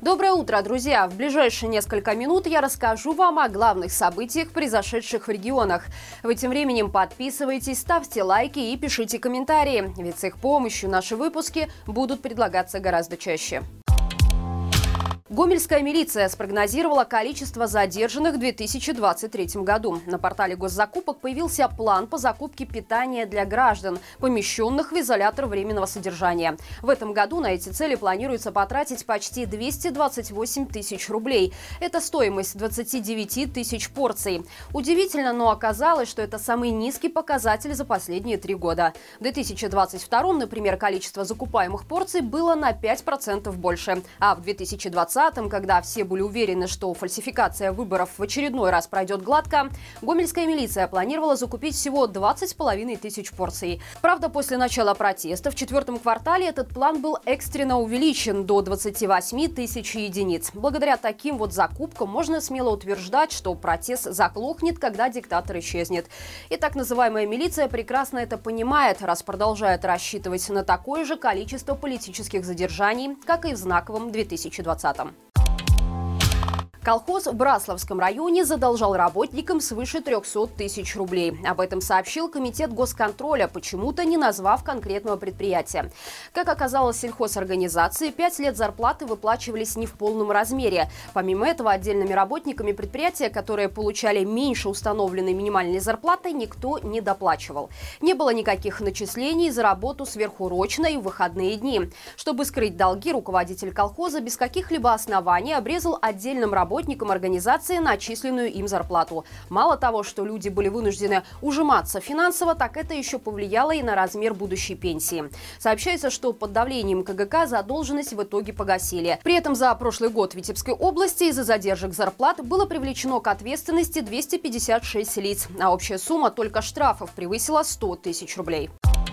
Доброе утро, друзья! В ближайшие несколько минут я расскажу вам о главных событиях, произошедших в регионах. Вы тем временем подписывайтесь, ставьте лайки и пишите комментарии, ведь с их помощью наши выпуски будут предлагаться гораздо чаще. Гомельская милиция спрогнозировала количество задержанных в 2023 году. На портале госзакупок появился план по закупке питания для граждан, помещенных в изолятор временного содержания. В этом году на эти цели планируется потратить почти 228 тысяч рублей. Это стоимость 29 тысяч порций. Удивительно, но оказалось, что это самый низкий показатель за последние 3 года. В 2022, например, количество закупаемых порций было на 5% больше, а в 2020, когда все были уверены, что фальсификация выборов в очередной раз пройдет гладко, гомельская милиция планировала закупить всего 20,5 тысяч порций. Правда, после начала протеста в 4-м квартале этот план был экстренно увеличен до 28 тысяч единиц. Благодаря таким вот закупкам можно смело утверждать, что протест заглохнет, когда диктатор исчезнет. И так называемая милиция прекрасно это понимает, раз продолжает рассчитывать на такое же количество политических задержаний, как и в знаковом 2020-м. Колхоз в Браславском районе задолжал работникам свыше 300 тысяч рублей. Об этом сообщил Комитет госконтроля, почему-то не назвав конкретного предприятия. Как оказалось, сельхозорганизации 5 лет зарплаты выплачивались не в полном размере. Помимо этого, отдельными работниками предприятия, которые получали меньше установленной минимальной зарплаты, никто не доплачивал. Не было никаких начислений за работу сверхурочно и в выходные дни. Чтобы скрыть долги, руководитель колхоза без каких-либо оснований обрезал отдельным работникам организации начисленную им зарплату. Мало того, что люди были вынуждены ужиматься финансово, так это еще повлияло и на размер будущей пенсии. Сообщается, что под давлением КГК задолженность в итоге погасили. При этом за прошлый год в Витебской области из-за задержек зарплат было привлечено к ответственности 256 лиц, а общая сумма только штрафов превысила 100 тысяч рублей.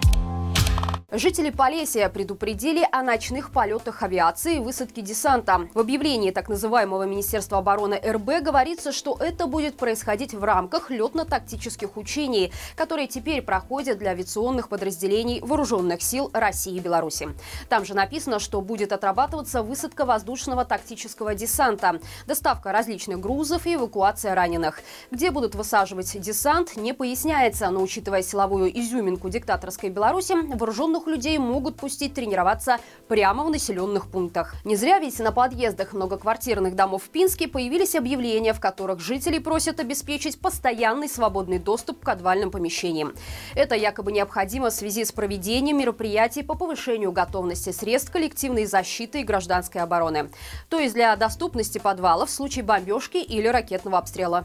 Жители Полесья предупредили о ночных полетах авиации и высадке десанта. В объявлении так называемого Министерства обороны РБ говорится, что это будет происходить в рамках летно-тактических учений, которые теперь проходят для авиационных подразделений вооруженных сил России и Беларуси. Там же написано, что будет отрабатываться высадка воздушного тактического десанта, доставка различных грузов и эвакуация раненых. Где будут высаживать десант, не поясняется, но учитывая силовую изюминку диктаторской Беларуси, вооруженных людей могут пустить тренироваться прямо в населенных пунктах. Не зря ведь на подъездах многоквартирных домов в Пинске появились объявления, в которых жителей просят обеспечить постоянный свободный доступ к подвальным помещениям. Это якобы необходимо в связи с проведением мероприятий по повышению готовности средств коллективной защиты и гражданской обороны. То есть для доступности подвалов в случае бомбежки или ракетного обстрела.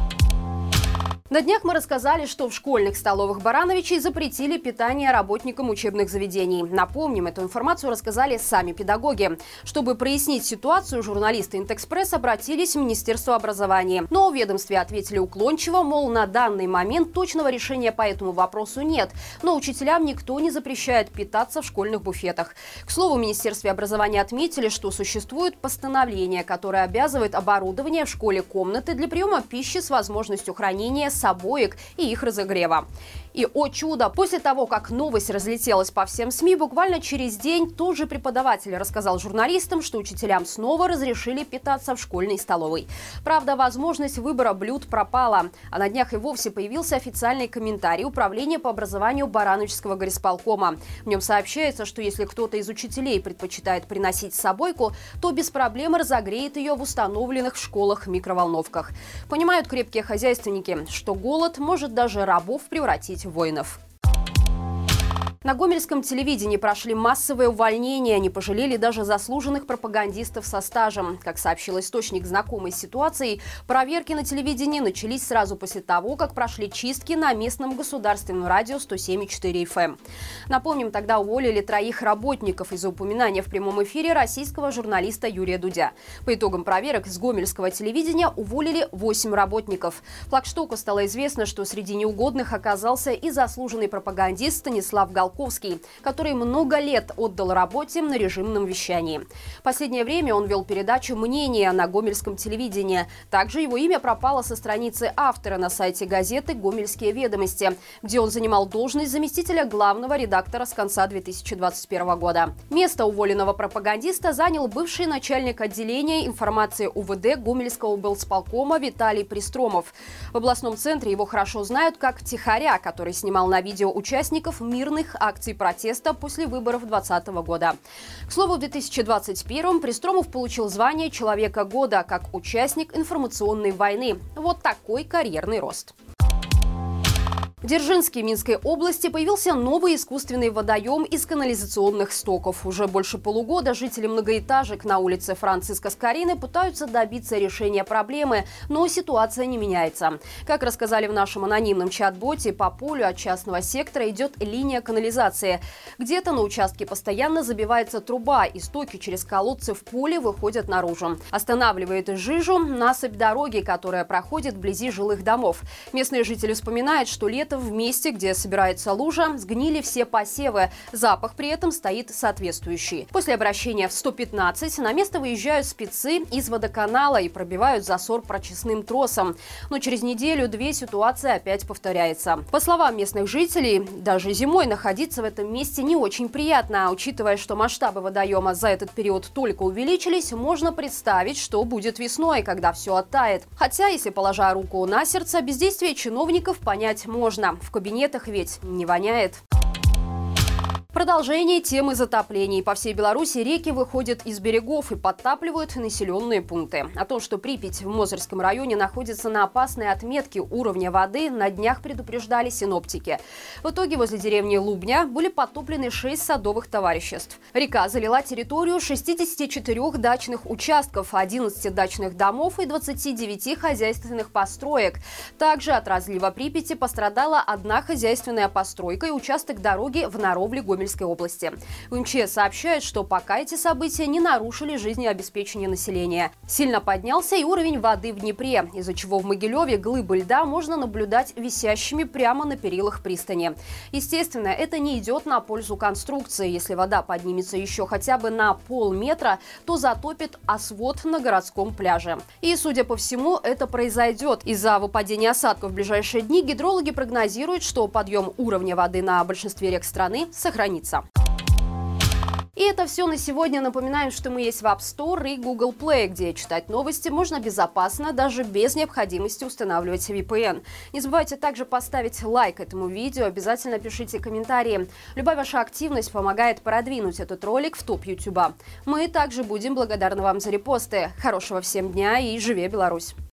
На днях мы рассказали, что в школьных столовых Барановичей запретили питание работникам учебных заведений. Напомним, эту информацию рассказали сами педагоги. Чтобы прояснить ситуацию, журналисты «Интэкспресс» обратились в Министерство образования. Но в ведомстве ответили уклончиво, мол, на данный момент точного решения по этому вопросу нет. Но учителям никто не запрещает питаться в школьных буфетах. К слову, в Министерстве образования отметили, что существует постановление, которое обязывает оборудование в школе комнаты для приема пищи с возможностью хранения обоек и их разогрева. И, о чудо, после того, как новость разлетелась по всем СМИ, буквально через день тот же преподаватель рассказал журналистам, что учителям снова разрешили питаться в школьной столовой. Правда, возможность выбора блюд пропала. А на днях и вовсе появился официальный комментарий Управления по образованию Барановичского горисполкома. В нем сообщается, что если кто-то из учителей предпочитает приносить собойку, то без проблем разогреет ее в установленных в школах микроволновках. Понимают крепкие хозяйственники, что голод может даже рабов превратить в воинов. На гомельском телевидении прошли массовые увольнения, не пожалели даже заслуженных пропагандистов со стажем. Как сообщил источник, знакомый с ситуацией, проверки на телевидении начались сразу после того, как прошли чистки на местном государственном радио 107,4 FM. Напомним, тогда уволили 3 работников из-за упоминания в прямом эфире российского журналиста Юрия Дудя. По итогам проверок с гомельского телевидения уволили 8 работников. Флагштоку стало известно, что среди неугодных оказался и заслуженный пропагандист Станислав Галкин. Циолковский, который много лет отдал работе на режимном вещании. В последнее время он вел передачу «Мнение» на гомельском телевидении. Также его имя пропало со страницы автора на сайте газеты «Гомельские ведомости», где он занимал должность заместителя главного редактора с конца 2021 года. Место уволенного пропагандиста занял бывший начальник отделения информации УВД Гомельского облсполкома Виталий Пристромов. В областном центре его хорошо знают как «Тихаря», который снимал на видео участников мирных акций протеста после выборов 2020 года. К слову, в 2021 Пристромов получил звание «Человека года» как участник информационной войны. Вот такой карьерный рост. В Дзержинске Минской области появился новый искусственный водоем из канализационных стоков. Уже больше полугода жители многоэтажек на улице Франциска Скорины пытаются добиться решения проблемы, но ситуация не меняется. Как рассказали в нашем анонимном чат-боте, по полю от частного сектора идет линия канализации. Где-то на участке постоянно забивается труба, и стоки через колодцы в поле выходят наружу. Останавливает жижу насыпь дороги, которая проходит вблизи жилых домов. Местные жители вспоминают, что летом в месте, где собирается лужа, сгнили все посевы. Запах при этом стоит соответствующий. После обращения в 115 на место выезжают спецы из водоканала и пробивают засор прочистным тросом. Но через неделю-две ситуация опять повторяется. По словам местных жителей, даже зимой находиться в этом месте не очень приятно. Учитывая, что масштабы водоема за этот период только увеличились, можно представить, что будет весной, когда все оттает. Хотя, если положа руку на сердце, бездействие чиновников понять можно. В кабинетах ведь не воняет. Продолжение темы затоплений. По всей Беларуси реки выходят из берегов и подтапливают населенные пункты. О том, что Припять в Мозырском районе находится на опасной отметке уровня воды, на днях предупреждали синоптики. В итоге возле деревни Лубня были потоплены 6 садовых товариществ. Река залила территорию 64 дачных участков, 11 дачных домов и 29 хозяйственных построек. Также от разлива Припяти пострадала одна хозяйственная постройка и участок дороги в Наровле-Гомельской области. В МЧС сообщают, что пока эти события не нарушили жизнеобеспечение населения. Сильно поднялся и уровень воды в Днепре, из-за чего в Могилеве глыбы льда можно наблюдать висящими прямо на перилах пристани. Естественно, это не идет на пользу конструкции. Если вода поднимется еще хотя бы на полметра, то затопит освод на городском пляже. И, судя по всему, это произойдет. Из-за выпадения осадков в ближайшие дни гидрологи прогнозируют, что подъем уровня воды на большинстве рек страны сохранится. И это все на сегодня. Напоминаем, что мы есть в App Store и Google Play, где читать новости можно безопасно, даже без необходимости устанавливать VPN. Не забывайте также поставить лайк этому видео, обязательно пишите комментарии. Любая ваша активность помогает продвинуть этот ролик в топ YouTube. Мы также будем благодарны вам за репосты. Хорошего всем дня и живи Беларусь!